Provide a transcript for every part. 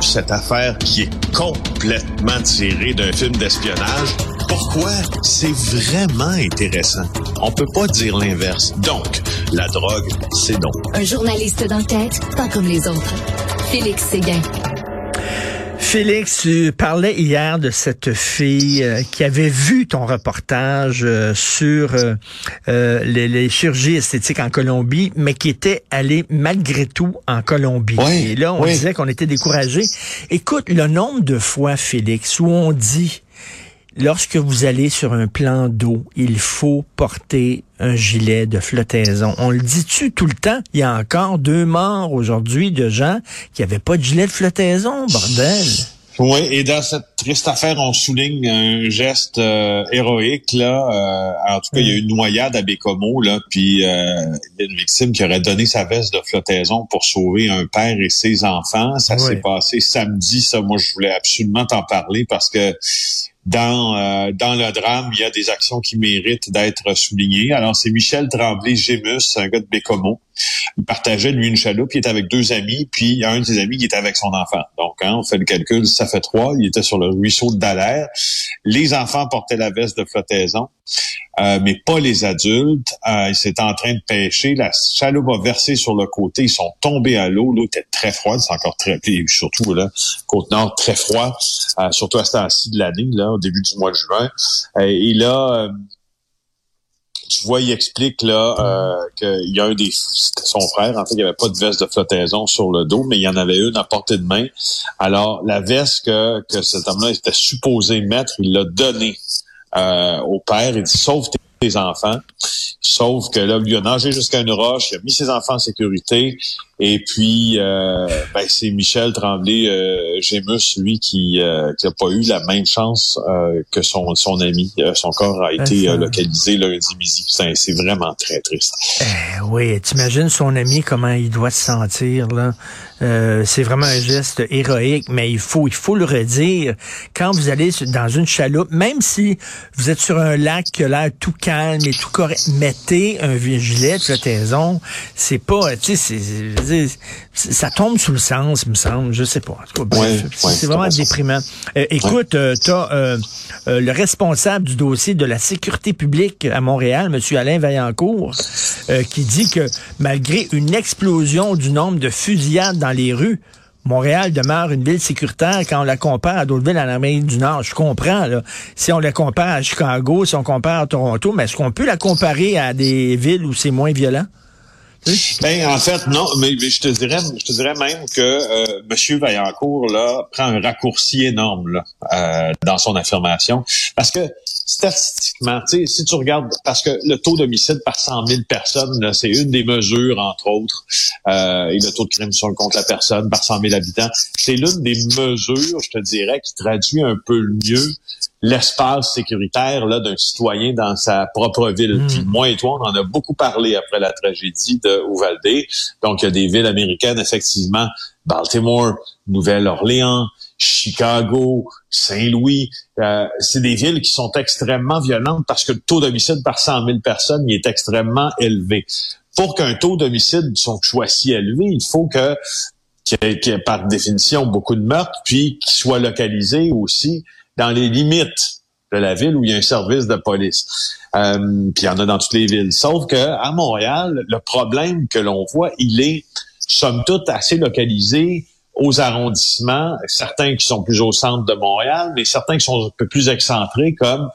cette affaire qui est complètement tirée d'un film d'espionnage. Pourquoi? C'est vraiment intéressant. On peut pas dire l'inverse. Donc, la drogue, c'est non. Un journaliste d'enquête, pas comme les autres. Félix Séguin. Félix, tu parlais hier de cette fille qui avait vu ton reportage sur les chirurgies esthétiques en Colombie, mais qui était allée malgré tout en Colombie. Oui, et là, on disait qu'on était découragés. Écoute, le nombre de fois, Félix, où on dit, lorsque vous allez sur un plan d'eau, il faut porter un gilet de flottaison. On le dit-tu tout le temps? Il y a encore 2 morts aujourd'hui de gens qui n'avaient pas de gilet de flottaison, bordel. Oui, et dans cette triste affaire, on souligne un geste héroïque, là. En tout cas, il y a eu une noyade à Bécomo, là, puis il y a une victime qui aurait donné sa veste de flottaison pour sauver un père et ses enfants. Ça s'est passé samedi, ça. Moi, je voulais absolument t'en parler parce que dans le drame, il y a des actions qui méritent d'être soulignées. Alors, c'est Michel Tremblay-Gémus, un gars de Bécomo. Il partageait, lui, une chaloupe. Il était avec 2 amis, puis il y a un de ses amis qui était avec son enfant. Donc, on fait le calcul, ça fait 3. Il était sur le ruisseau de Dallaire. Les enfants portaient la veste de flottaison, mais pas les adultes. Ils étaient en train de pêcher. La chaloupe a versé sur le côté. Ils sont tombés à l'eau. L'eau était très froide. C'est encore très... Puis surtout, là, Côte-Nord, très froid. Surtout à ce temps-ci de l'année, là, au début du mois de juin. Et là... tu vois, il explique là qu'il y a son frère, en fait, il n'y avait pas de veste de flottaison sur le dos, mais il y en avait une à portée de main. Alors, la veste que cet homme-là était supposé mettre, il l'a donnée au père. Il dit, sauve tes enfants. Sauf que là, il a nagé jusqu'à une roche, il a mis ses enfants en sécurité, et puis c'est Michel Tremblay-Gémus, lui, qui a pas eu la même chance que son ami. Son corps a été localisé lundi midi. C'est vraiment très triste. Oui, t'imagines son ami, comment il doit se sentir, là. C'est vraiment un geste héroïque, mais il faut le redire. Quand vous allez dans une chaloupe, même si vous êtes sur un lac qui a l'air tout calme et tout correct, mettez un gilet de flottaison. C'est pas, tu sais, ça tombe sous le sens, il me semble. Je sais pas. En tout cas, c'est vraiment déprimant. Écoute, t'as le responsable du dossier de la sécurité publique à Montréal, M. Alain Vaillancourt, qui dit que malgré une explosion du nombre de fusillades dans les rues, Montréal demeure une ville sécuritaire quand on la compare à d'autres villes en Amérique du Nord. Je comprends, là. Si on la compare à Chicago, si on compare à Toronto, mais est-ce qu'on peut la comparer à des villes où c'est moins violent? Ben, en fait, non, mais je te dirais même que M. Vaillancourt, là, prend un raccourci énorme, là, dans son affirmation. Parce que, statistiquement, tu sais, si tu regardes, parce que le taux d'homicide par 100 000 personnes, là, c'est une des mesures, entre autres, et le taux de crime contre la personne par 100 000 habitants, c'est l'une des mesures, je te dirais, qui traduit un peu mieux l'espace sécuritaire là d'un citoyen dans sa propre ville. Puis moi et toi, on en a beaucoup parlé après la tragédie de Uvalde. Donc, il y a des villes américaines, effectivement, Baltimore, Nouvelle-Orléans, Chicago, Saint-Louis. C'est des villes qui sont extrêmement violentes parce que le taux d'homicide par 100 000 personnes il est extrêmement élevé. Pour qu'un taux d'homicide soit si élevé, il faut qu'il y ait par définition beaucoup de meurtres, puis qu'ils soient localisés aussi dans les limites de la ville où il y a un service de police. Puis il y en a dans toutes les villes. Sauf que à Montréal, le problème que l'on voit, il est, somme toute, assez localisé aux arrondissements, certains qui sont plus au centre de Montréal, mais certains qui sont un peu plus excentrés, comme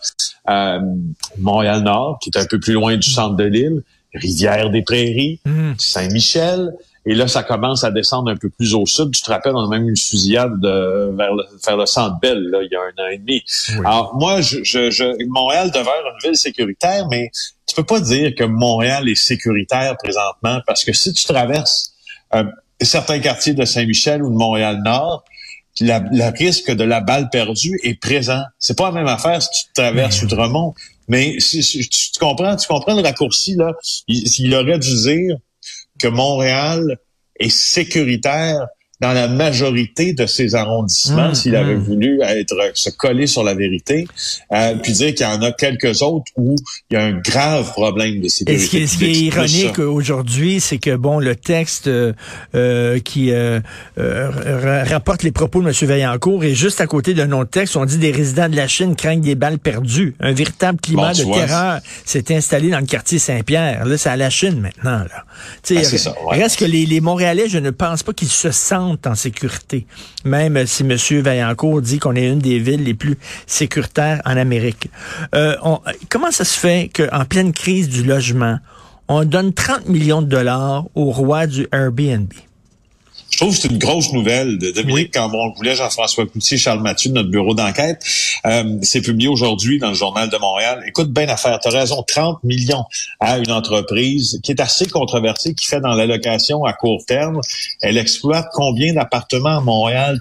Montréal-Nord, qui est un peu plus loin du centre de l'île, Rivière-des-Prairies, Saint-Michel. Et là, ça commence à descendre un peu plus au sud. Tu te rappelles, on a même une fusillade vers le Centre Bell, là, il y a 1 an et demi. Oui. Alors, moi, Montréal demeure une ville sécuritaire, mais tu peux pas dire que Montréal est sécuritaire présentement, parce que si tu traverses certains quartiers de Saint-Michel ou de Montréal-Nord, le risque de la balle perdue est présent. C'est pas la même affaire si tu traverses Outremont. Mais tu comprends le raccourci, là? Il aurait dû dire que Montréal est sécuritaire dans la majorité de ces arrondissements s'il avait voulu se coller sur la vérité, puis dire qu'il y en a quelques autres où il y a un grave problème de sécurité. Et ce qui est ironique aujourd'hui, c'est que le texte qui rapporte les propos de M. Vaillancourt est juste à côté d'un autre texte. On dit des résidents de la Chine craignent des balles perdues. Un véritable climat de terreur s'est installé dans le quartier Saint-Pierre. Là, c'est à la Chine maintenant. Là. C'est ça, reste que les Montréalais, je ne pense pas qu'ils se sentent en sécurité. Même si M. Vaillancourt dit qu'on est une des villes les plus sécuritaires en Amérique. Comment ça se fait qu'en pleine crise du logement, on donne 30 millions de dollars au roi du Airbnb? Je trouve que c'est une grosse nouvelle de Dominique Cambron-Goulet, Jean-François Cloutier, Charles Mathieu de notre bureau d'enquête. C'est publié aujourd'hui dans le Journal de Montréal. Écoute, ben affaire, t'as raison, 30 millions à une entreprise qui est assez controversée, qui fait dans l'allocation à court terme. Elle exploite combien d'appartements à Montréal?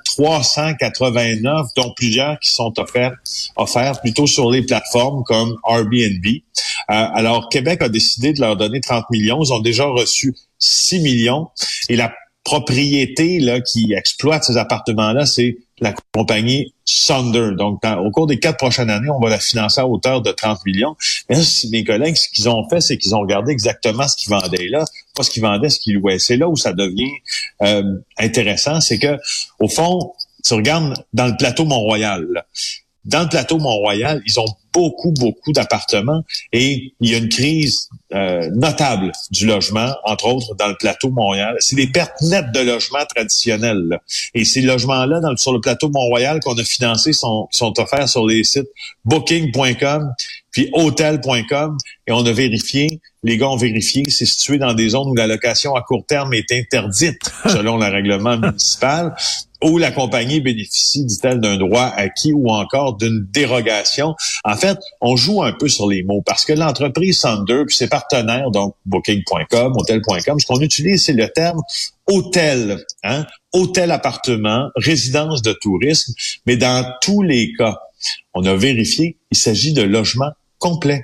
389, dont plusieurs qui sont offerts plutôt sur les plateformes comme Airbnb. Alors, Québec a décidé de leur donner 30 millions. Ils ont déjà reçu 6 millions. Et la propriété là qui exploite ces appartements-là, c'est la compagnie Sonder. Donc, au cours des 4 prochaines années, on va la financer à hauteur de 30 millions. Mais là, mes collègues, ce qu'ils ont fait, c'est qu'ils ont regardé exactement ce qu'ils vendaient là, pas ce qu'ils vendaient, ce qu'ils louaient. C'est là où ça devient intéressant, c'est que, au fond, tu regardes dans le plateau Mont-Royal, là. Dans le plateau Mont-Royal, ils ont beaucoup d'appartements et il y a une crise notable du logement, entre autres dans le plateau Mont-Royal. C'est des pertes nettes de logements traditionnels. Là. Et ces logements-là, sur le plateau Mont-Royal qu'on a financés, sont offerts sur les sites booking.com puis hotel.com. Et on a vérifié, les gars ont vérifié, c'est situé dans des zones où la location à court terme est interdite selon le règlement municipal, où la compagnie bénéficie, dit-elle, d'un droit acquis ou encore d'une dérogation. En fait, on joue un peu sur les mots parce que l'entreprise Sonder puis ses partenaires, donc Booking.com, Hotel.com, ce qu'on utilise, c'est le terme hôtel, hôtel appartement, résidence de tourisme, mais dans tous les cas, on a vérifié, il s'agit de logements complets.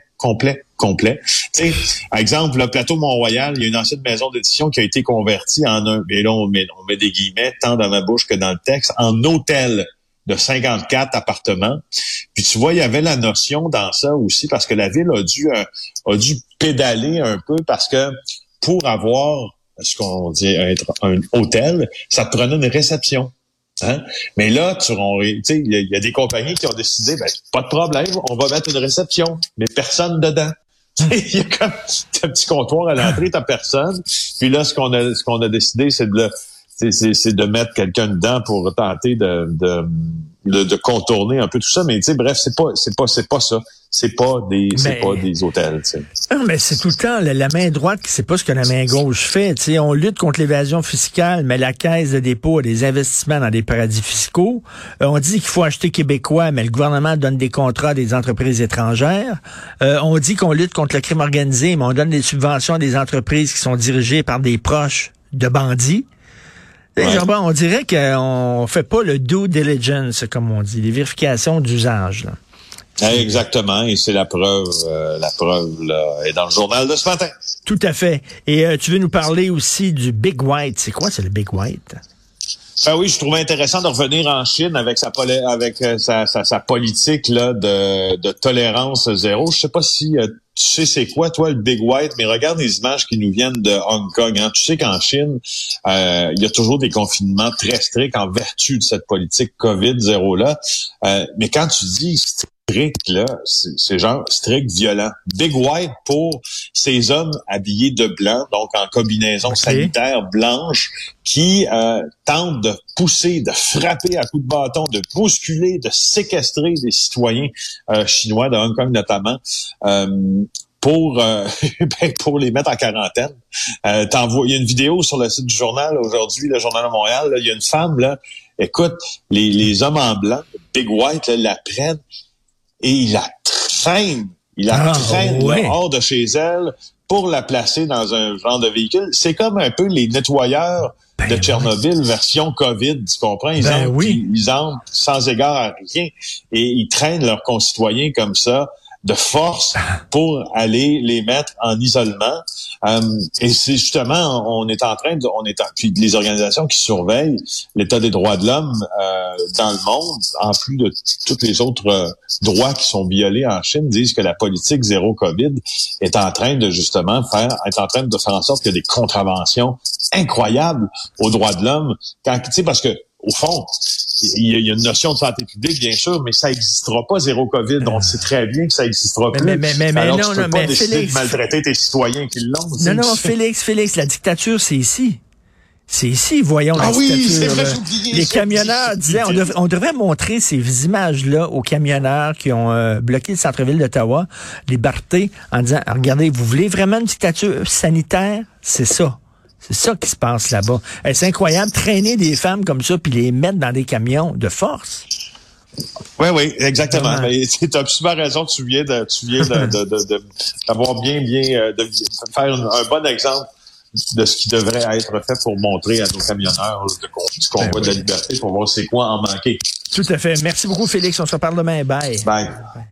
Tu sais, par exemple, le plateau Mont-Royal, il y a une ancienne maison d'édition qui a été convertie en et là on met des guillemets tant dans ma bouche que dans le texte, en hôtel de 54 appartements. Puis tu vois, il y avait la notion dans ça aussi, parce que la ville a dû pédaler un peu, parce que pour avoir ce qu'on dit être un hôtel, ça te prenait une réception. Mais là, il y a des compagnies qui ont décidé, pas de problème, on va mettre une réception, mais personne dedans. Il y a comme un petit comptoir à l'entrée, t'as personne. Puis là, ce qu'on a décidé, c'est de mettre quelqu'un dedans pour tenter de contourner un peu tout ça. Mais tu sais, bref, c'est pas ça. C'est pas des hôtels, tu sais. Mais c'est tout le temps la main droite qui sait pas ce que la main gauche fait. Tu sais, on lutte contre l'évasion fiscale, mais la Caisse de dépôt a des investissements dans des paradis fiscaux. On dit qu'il faut acheter québécois, mais le gouvernement donne des contrats à des entreprises étrangères. On dit qu'on lutte contre le crime organisé, mais on donne des subventions à des entreprises qui sont dirigées par des proches de bandits. Ouais. Genre, on dirait qu'on fait pas le due diligence, comme on dit, les vérifications d'usage, là. Exactement, et c'est la preuve là, est dans le journal de ce matin. Tout à fait. Et tu veux nous parler aussi du Big White. C'est quoi, c'est le Big White? Oui, je trouvais intéressant de revenir en Chine avec sa politique là de tolérance zéro. Je sais pas si tu sais c'est quoi, toi, le Big White, mais regarde les images qui nous viennent de Hong Kong. Tu sais qu'en Chine, il y a toujours des confinements très stricts en vertu de cette politique COVID-0-là. Mais quand tu dis strict, là, c'est genre strict, violent. Big White pour ces hommes habillés de blanc, donc en combinaison sanitaire blanche, qui tentent de pousser, de frapper à coups de bâton, de bousculer, de séquestrer des citoyens chinois, de Hong Kong notamment, pour les mettre en quarantaine. Il y a une vidéo sur le site du journal aujourd'hui, le Journal de Montréal, là, il y a une femme, là, écoute, les hommes en blanc, Big White, là, la prennent et il la traîne hors de chez elle pour la placer dans un genre de véhicule. C'est comme un peu les nettoyeurs de Tchernobyl version COVID, tu comprends? Ils entrent sans égard à rien et ils traînent leurs concitoyens comme ça de force pour aller les mettre en isolement. Et c'est justement, puis les organisations qui surveillent l'état des droits de l'homme dans le monde, en plus de tous les autres droits qui sont violés en Chine, disent que la politique zéro COVID est en train de justement faire en sorte qu'il y a des contraventions incroyables aux droits de l'homme. Parce que au fond, il y a une notion de santé publique, bien sûr, mais ça n'existera pas, zéro COVID. On sait très bien que ça n'existera plus. Alors, tu peux pas décider de maltraiter tes citoyens qui l'ont. Non, Félix, la dictature, c'est ici. C'est ici, voyons la dictature. Oui, c'est vrai, j'ai oublié. Les camionneurs disaient, on devrait montrer ces images-là aux camionneurs qui ont bloqué le centre-ville d'Ottawa, les Bartés, en disant, regardez, vous voulez vraiment une dictature sanitaire? C'est ça. C'est ça qui se passe là-bas. C'est incroyable, traîner des femmes comme ça puis les mettre dans des camions de force. Oui, exactement. Mais tu as super raison. Tu viens d'avoir de faire un bon exemple de ce qui devrait être fait pour montrer à nos camionneurs du combat de la liberté pour voir c'est quoi en manquer. Tout à fait. Merci beaucoup, Félix. On se reparle demain. Bye. Bye.